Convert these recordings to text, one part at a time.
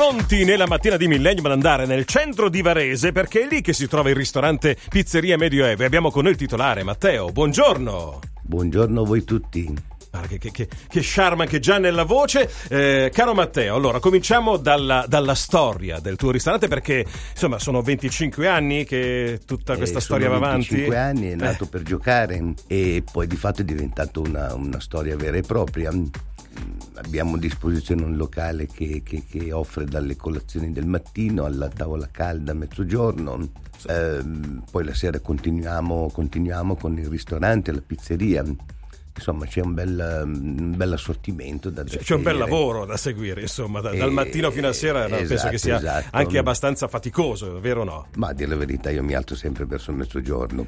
pronti nella mattina di Millennium ad andare nel centro di Varese, perché è lì che si trova il ristorante Pizzeria Medioevo e abbiamo con noi il titolare Matteo. Buongiorno. Buongiorno a voi tutti. Che charme anche già nella voce. Caro Matteo, allora cominciamo dalla storia del tuo ristorante, perché insomma sono 25 anni che tutta questa storia va avanti. 25 anni, è nato per giocare e poi di fatto è diventato una storia vera e propria. Abbiamo a disposizione un locale che offre dalle colazioni del mattino alla tavola calda a mezzogiorno, poi la sera continuiamo con il ristorante, la pizzeria. Insomma c'è un bel assortimento da c'è un bel lavoro da seguire, insomma, dal mattino fino a sera. Esatto, penso che sia anche abbastanza faticoso, vero o no? Ma a dire la verità io mi alzo sempre verso mezzogiorno.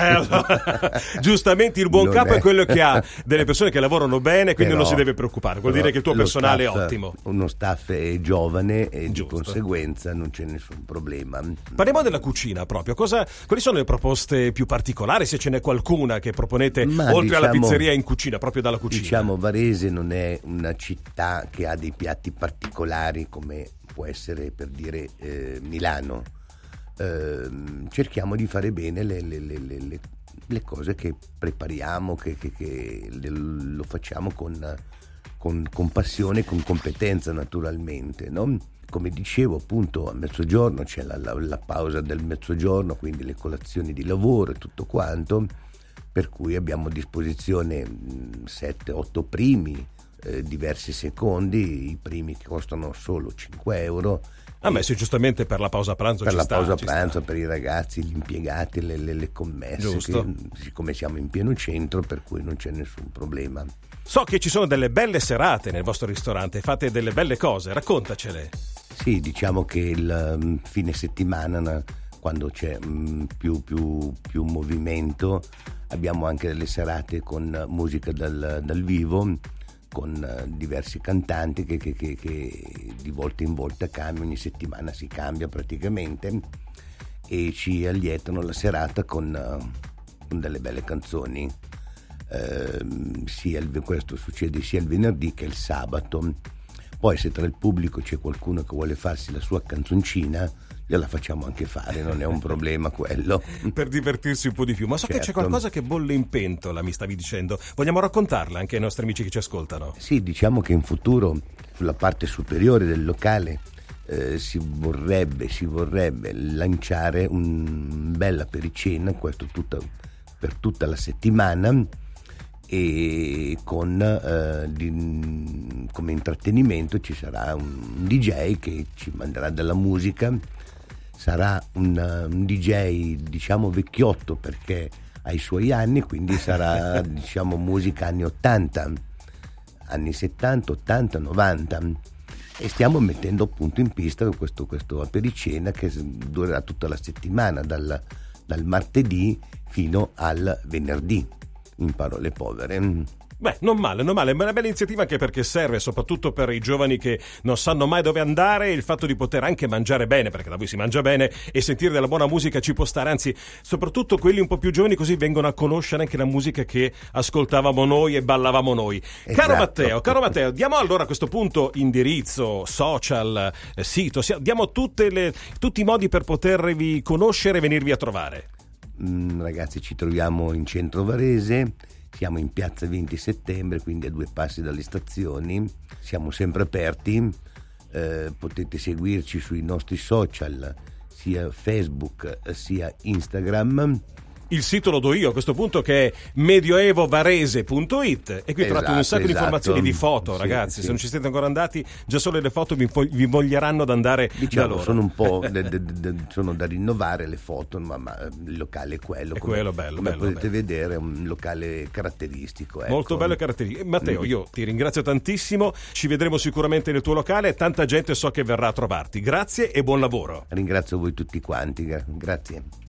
Giustamente il buon capo è quello che ha delle persone che lavorano bene, quindi non si deve preoccupare, vuol dire che il tuo personale è ottimo. Uno staff è giovane e di conseguenza non c'è nessun problema. Parliamo della cucina proprio. Quali sono le proposte più particolari, se ce n'è qualcuna che proponete oltre alla pizzeria in cucina, proprio dalla cucina? Diciamo Varese non è una città che ha dei piatti particolari come può essere, per dire, Milano. Cerchiamo di fare bene le cose che prepariamo, che lo facciamo con passione, con competenza naturalmente, no? Come dicevo, appunto, a mezzogiorno c'è la pausa del mezzogiorno, quindi le colazioni di lavoro e tutto quanto, per cui abbiamo a disposizione 7-8 primi, diversi secondi, i primi che costano solo 5 euro. Sì, giustamente per la pausa pranzo per pausa pranzo, per i ragazzi, gli impiegati, le commesse, che, siccome siamo in pieno centro, per cui non c'è nessun problema. So che ci sono delle belle serate nel vostro ristorante, fate delle belle cose, raccontacele. Sì, diciamo che il fine settimana, quando c'è più movimento, abbiamo anche delle serate con musica dal vivo, con diversi cantanti che di volta in volta cambiano, ogni settimana si cambia praticamente, e ci allietano la serata con delle belle canzoni. Questo succede sia il venerdì che il sabato. Poi se tra il pubblico c'è qualcuno che vuole farsi la sua canzoncina, la facciamo anche fare, non è un problema quello. Per divertirsi un po' di più. Ma so che c'è qualcosa che bolle in pentola, mi stavi dicendo. Vogliamo raccontarla anche ai nostri amici che ci ascoltano? Sì, diciamo che in futuro sulla parte superiore del locale si vorrebbe lanciare un bella pericena, questo per tutta la settimana, e come intrattenimento ci sarà un DJ che ci manderà della musica. Sarà un DJ, diciamo, vecchiotto, perché ha i suoi anni, quindi sarà diciamo musica anni 80, anni 70, 80, 90, e stiamo mettendo appunto in pista questo apericena che durerà tutta la settimana, dal martedì fino al venerdì, in parole povere. Beh, non male, ma è una bella iniziativa, anche perché serve soprattutto per i giovani che non sanno mai dove andare, il fatto di poter anche mangiare bene, perché da voi si mangia bene, e sentire della buona musica ci può stare, anzi soprattutto quelli un po' più giovani così vengono a conoscere anche la musica che ascoltavamo noi e ballavamo noi. Esatto. Caro Matteo, diamo allora a questo punto indirizzo, social, sito, diamo tutti i modi per potervi conoscere e venirvi a trovare. Ragazzi, ci troviamo in centro Varese. Siamo in piazza 20 settembre, quindi a 2 passi dalle stazioni. Siamo sempre aperti, potete seguirci sui nostri social, sia Facebook sia Instagram. Il sito lo do io a questo punto, che è medioevovarese.it, e qui trovate un sacco di informazioni, di foto, ragazzi. Sì. Se non ci siete ancora andati, già solo le foto vi voglieranno ad andare, diciamo, da loro. Sono un po' sono da rinnovare le foto, ma il locale è quello. Quello bello. Come potete vedere, è un locale caratteristico. Ecco. Molto bello e caratteristico. Matteo, io ti ringrazio tantissimo, ci vedremo sicuramente nel tuo locale, tanta gente so che verrà a trovarti. Grazie e buon lavoro. Ringrazio voi tutti quanti, grazie.